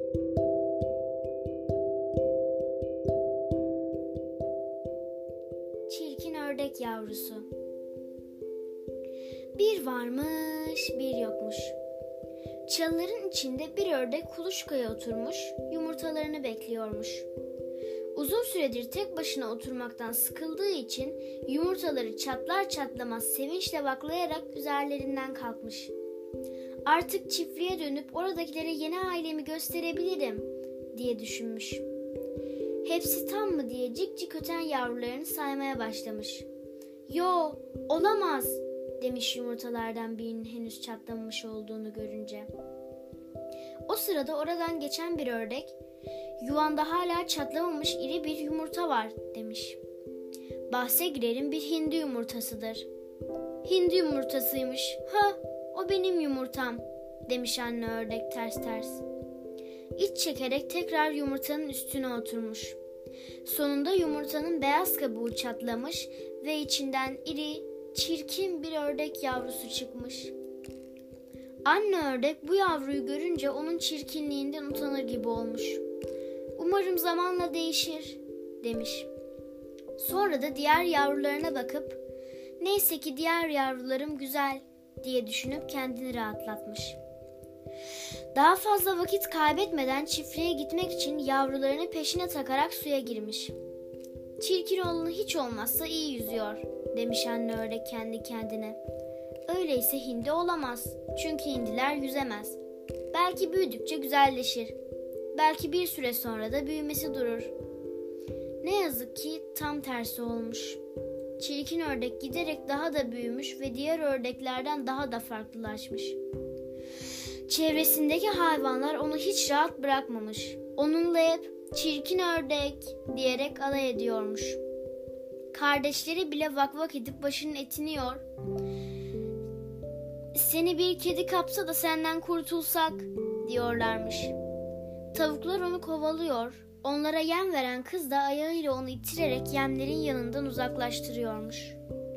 Çirkin ördek yavrusu. Bir varmış, bir yokmuş. Çalıların içinde bir ördek kuluçkaya oturmuş, yumurtalarını bekliyormuş. Uzun süredir tek başına oturmaktan sıkıldığı için yumurtaları çatlar çatlamaz sevinçle vaklayarak üzerlerinden kalkmış. Artık çiftliğe dönüp oradakilere yeni ailemi gösterebilirim diye düşünmüş. Hepsi tam mı diye cik cik öten yavrularını saymaya başlamış. Yo, olamaz demiş yumurtalardan birinin henüz çatlamamış olduğunu görünce. O sırada oradan geçen bir ördek, yuvanda hala çatlamamış iri bir yumurta var demiş. Bahse girerim bir hindi yumurtasıdır. Hindi yumurtasıymış. Ha, o benim yumurtam demiş anne ördek ters ters. İç çekerek tekrar yumurtanın üstüne oturmuş. Sonunda yumurtanın beyaz kabuğu çatlamış ve içinden iri, çirkin bir ördek yavrusu çıkmış. Anne ördek bu yavruyu görünce onun çirkinliğinden utanır gibi olmuş. Umarım zamanla değişir demiş. Sonra da diğer yavrularına bakıp neyse ki diğer yavrularım güzel diye düşünüp kendini rahatlatmış. Daha fazla vakit kaybetmeden çiftliğe gitmek için yavrularını peşine takarak suya girmiş. Çirkin oğlunu hiç olmazsa iyi yüzüyor demiş anne ördek kendi kendine. Öyleyse hindi olamaz. Çünkü hindiler yüzemez. Belki büyüdükçe güzelleşir. Belki bir süre sonra da büyümesi durur. Ne yazık ki tam tersi olmuş. Çirkin ördek giderek daha da büyümüş ve diğer ördeklerden daha da farklılaşmış. Çevresindeki hayvanlar onu hiç rahat bırakmamış. Onunla hep çirkin ördek diyerek alay ediyormuş. Kardeşleri bile vak vak edip başının etini yiyor. Seni bir kedi kapsa da senden kurtulsak diyorlarmış. Tavuklar onu kovalıyor. Onlara yem veren kız da ayağıyla onu ittirerek yemlerin yanından uzaklaştırıyormuş.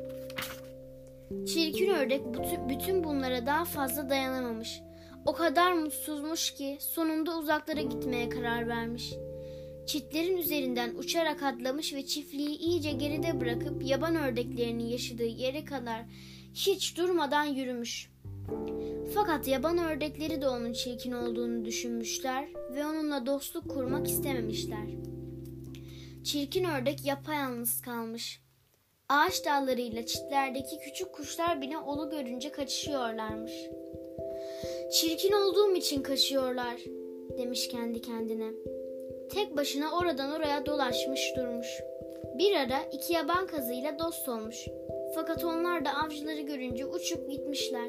Çirkin ördek bütün bunlara daha fazla dayanamamış. O kadar mutsuzmuş ki sonunda uzaklara gitmeye karar vermiş. Çitlerin üzerinden uçarak atlamış ve çiftliği iyice geride bırakıp yaban ördeklerinin yaşadığı yere kadar hiç durmadan yürümüş. Fakat yaban ördekleri de onun çirkin olduğunu düşünmüşler ve onunla dostluk kurmak istememişler. Çirkin ördek yapayalnız kalmış. Ağaç dallarıyla çitlerdeki küçük kuşlar bile onu görünce kaçışıyorlarmış. Çirkin olduğum için kaçıyorlar demiş kendi kendine. Tek başına oradan oraya dolaşmış durmuş. Bir ara iki yaban kazıyla dost olmuş. Fakat onlar da avcıları görünce uçup gitmişler.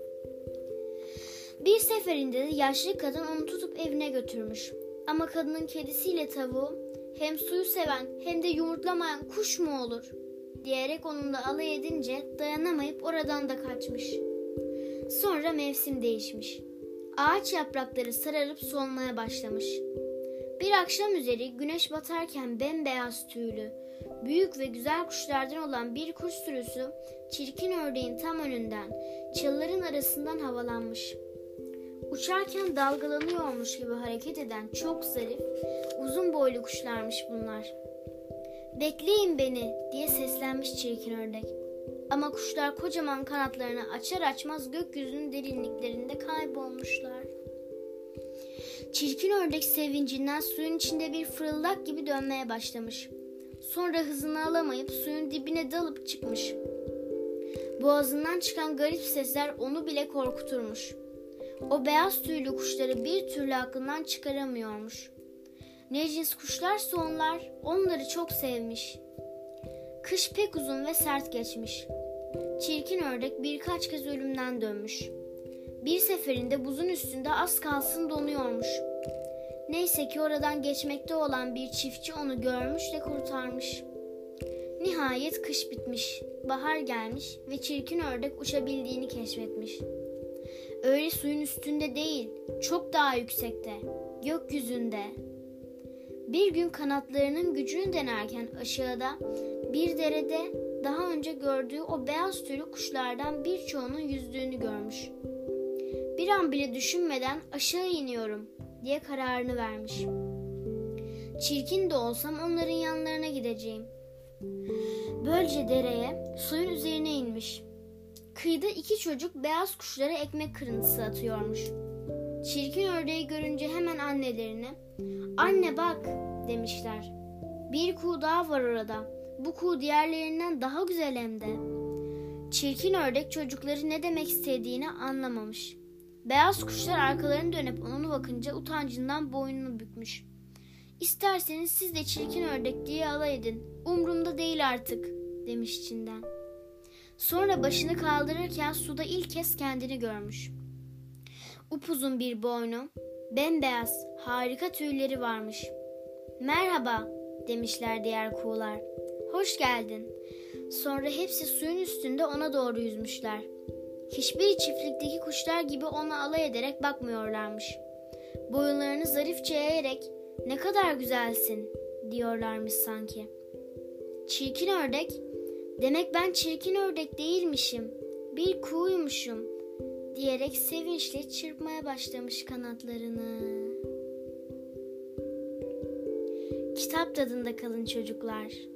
Bir seferinde de yaşlı kadın onu tutup evine götürmüş. Ama kadının kedisiyle tavuğu hem suyu seven hem de yumurtlamayan kuş mu olur diyerek onunla alay edince dayanamayıp oradan da kaçmış. Sonra mevsim değişmiş. Ağaç yaprakları sararıp solmaya başlamış. Bir akşam üzeri güneş batarken bembeyaz tüylü, büyük ve güzel kuşlardan olan bir kuş sürüsü çirkin ördeğin tam önünden, çalıların arasından havalanmış. Uçarken dalgalanıyormuş gibi hareket eden çok zarif, uzun boylu kuşlarmış bunlar. "Bekleyin beni" diye seslenmiş çirkin ördek. Ama kuşlar kocaman kanatlarını açar açmaz gökyüzünün derinliklerinde kaybolmuşlar. Çirkin ördek sevincinden suyun içinde bir fırıldak gibi dönmeye başlamış. Sonra hızını alamayıp suyun dibine dalıp çıkmış. Boğazından çıkan garip sesler onu bile korkuturmuş. O beyaz tüylü kuşları bir türlü aklından çıkaramıyormuş. Ne cins kuşlarsa onlar, onları çok sevmiş. Kış pek uzun ve sert geçmiş. Çirkin ördek birkaç kez ölümden dönmüş. Bir seferinde buzun üstünde az kalsın donuyormuş. Neyse ki oradan geçmekte olan bir çiftçi onu görmüş ve kurtarmış. Nihayet kış bitmiş, bahar gelmiş ve çirkin ördek uçabildiğini keşfetmiş. Öyle suyun üstünde değil, çok daha yüksekte, gökyüzünde. Bir gün kanatlarının gücünü denerken aşağıda bir derede daha önce gördüğü o beyaz tüylü kuşlardan birçoğunun yüzdüğünü görmüş. Bir an bile düşünmeden aşağı iniyorum diye kararını vermiş. Çirkin de olsam onların yanlarına gideceğim. Böylece dereye, suyun üzerine inmiş. Kıyıda 2 çocuk beyaz kuşlara ekmek kırıntısı atıyormuş. Çirkin ördeği görünce hemen annelerine, "Anne bak," demişler. "Bir kuğu daha var orada. Bu kuğu diğerlerinden daha güzel hem de." Çirkin ördek çocukları ne demek istediğini anlamamış. Beyaz kuşlar arkalarını dönüp ona bakınca utancından boynunu bükmüş. "İsterseniz siz de çirkin ördek diye alay edin. Umrumda değil artık," demiş içinden. Sonra başını kaldırırken suda ilk kez kendini görmüş. Upuzun bir boynu, bembeyaz, harika tüyleri varmış. "Merhaba," demişler diğer kuğular. "Hoş geldin." Sonra hepsi suyun üstünde ona doğru yüzmüşler. Hiçbir çiftlikteki kuşlar gibi ona alay ederek bakmıyorlarmış. Boyunlarını zarifçe eğerek "Ne kadar güzelsin," diyorlarmış sanki. Çirkin ördek, "Demek ben çirkin ördek değilmişim, bir kuğuymuşum," diyerek sevinçle çırpmaya başlamış kanatlarını. Kitap tadında kalın çocuklar.